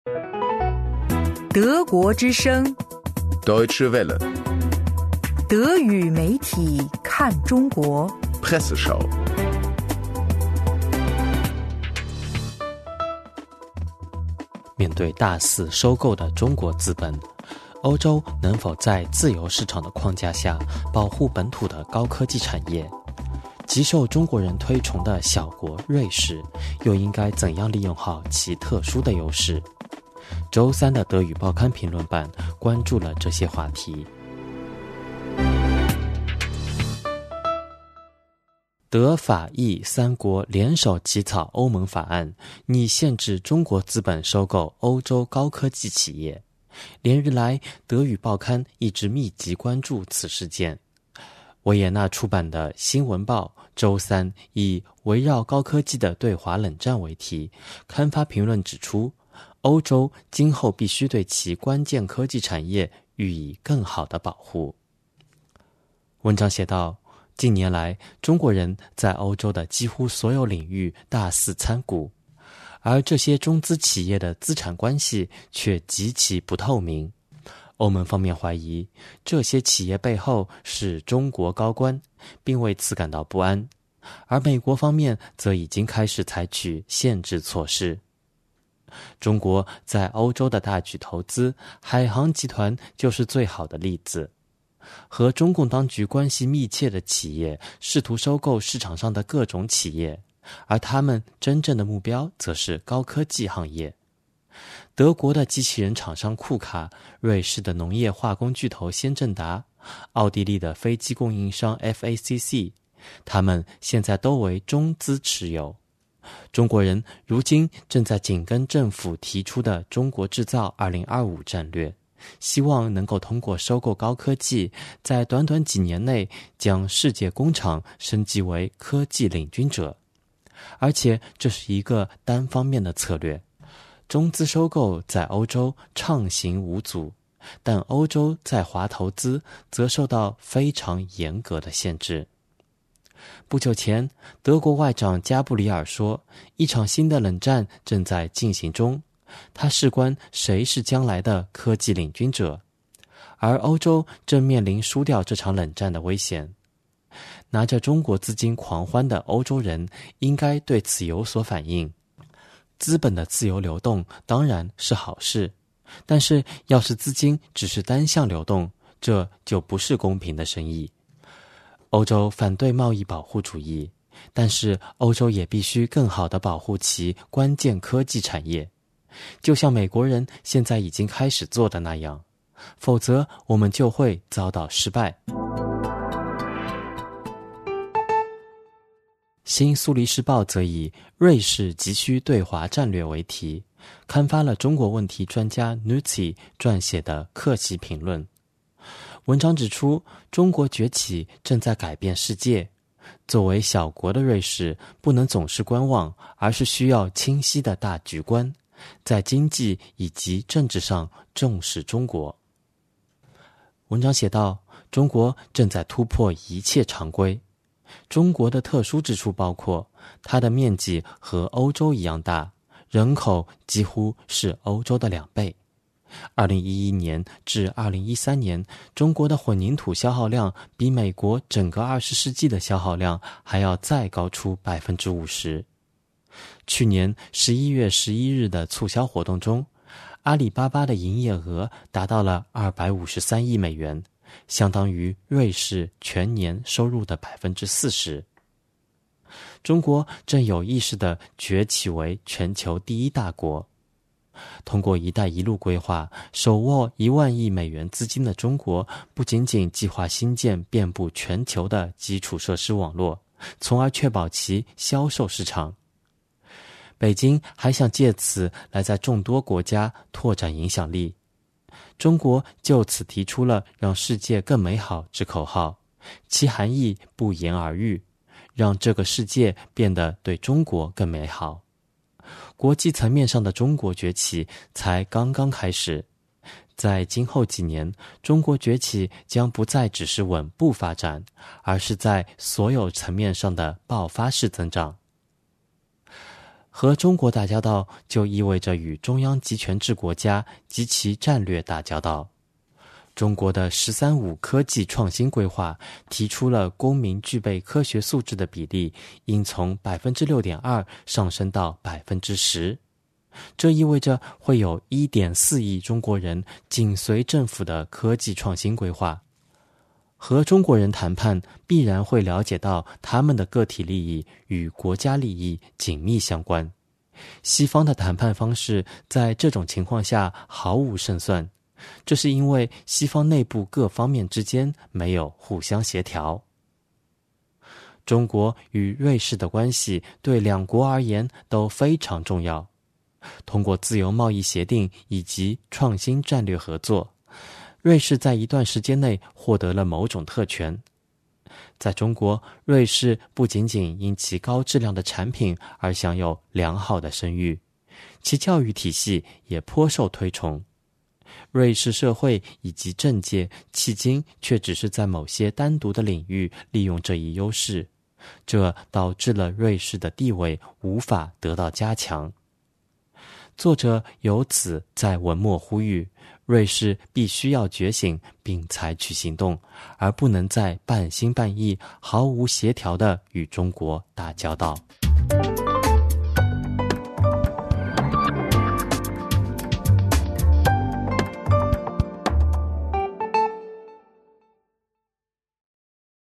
德国之声 Deutsche Welle 德语媒体看中国 Presseschau。 面对大肆收购的中国资本，欧洲能否在自由市场的框架下保护本土的高科技产业？极受中国人推崇的小国瑞士，又应该怎样利用好其特殊的优势？周三的德语报刊评论版关注了这些话题。德法意三国联手起草欧盟法案，拟限制中国资本收购欧洲高科技企业。连日来，德语报刊一直密集关注此事件。维也纳出版的《新闻报》周三以围绕高科技的对华冷战为题，刊发评论指出，欧洲今后必须对其关键科技产业予以更好的保护。文章写道，近年来，中国人在欧洲的几乎所有领域大肆参股，而这些中资企业的资产关系却极其不透明。欧盟方面怀疑，这些企业背后是中国高官，并为此感到不安，而美国方面则已经开始采取限制措施。中国在欧洲的大举投资，海航集团就是最好的例子。和中共当局关系密切的企业试图收购市场上的各种企业，而他们真正的目标则是高科技行业。德国的机器人厂商库卡，瑞士的农业化工巨头先正达，奥地利的飞机供应商 FACC， 他们现在都为中资持有。中国人如今正在紧跟政府提出的中国制造2025战略，希望能够通过收购高科技，在短短几年内将世界工厂升级为科技领军者。而且这是一个单方面的策略，中资收购在欧洲畅行无阻，但欧洲在华投资则受到非常严格的限制。不久前，德国外长加布里尔说，一场新的冷战正在进行中，他事关谁是将来的科技领军者，而欧洲正面临输掉这场冷战的危险。拿着中国资金狂欢的欧洲人应该对此有所反应。资本的自由流动当然是好事，但是要是资金只是单向流动，这就不是公平的生意。欧洲反对贸易保护主义，但是欧洲也必须更好地保护其关键科技产业，就像美国人现在已经开始做的那样，否则我们就会遭到失败。新苏黎世报则以瑞士急需对华战略为题，刊发了中国问题专家 Nuzzi 撰写的客气评论。文章指出，中国崛起正在改变世界，作为小国的瑞士不能总是观望，而是需要清晰的大局观，在经济以及政治上重视中国。文章写道，中国正在突破一切常规。中国的特殊之处包括，它的面积和欧洲一样大，人口几乎是欧洲的2倍。2011年至2013年，中国的混凝土消耗量比美国整个20世纪的消耗量还要再高出 50%。去年11月11日的促销活动中，阿里巴巴的营业额达到了253亿美元，相当于瑞士全年收入的 40%。 中国正有意识地崛起为全球第一大国。通过一带一路规划，手握1万亿美元资金的中国，不仅仅计划兴建遍布全球的基础设施网络，从而确保其销售市场。北京还想借此来在众多国家拓展影响力。中国就此提出了让世界更美好之口号，其含义不言而喻，让这个世界变得对中国更美好。国际层面上的中国崛起才刚刚开始，在今后几年，中国崛起将不再只是稳步发展，而是在所有层面上的爆发式增长。 和中国打交道就意味着与中央集权制国家及其战略打交道。中国的“13+5”科技创新规划提出了公民具备科学素质的比例应从 6.2% 上升到 10%， 这意味着会有 1.4 亿中国人紧随政府的科技创新规划。和中国人谈判必然会了解到他们的个体利益与国家利益紧密相关。西方的谈判方式在这种情况下毫无胜算，这是因为西方内部各方面之间没有互相协调。中国与瑞士的关系对两国而言都非常重要。通过自由贸易协定以及创新战略合作，瑞士在一段时间内获得了某种特权。在中国，瑞士不仅仅因其高质量的产品而享有良好的声誉，其教育体系也颇受推崇。瑞士社会以及政界迄今却只是在某些单独的领域利用这一优势，这导致了瑞士的地位无法得到加强。作者由此在文末呼吁，瑞士必须要觉醒并采取行动，而不能再半心半意、毫无协调地与中国打交道。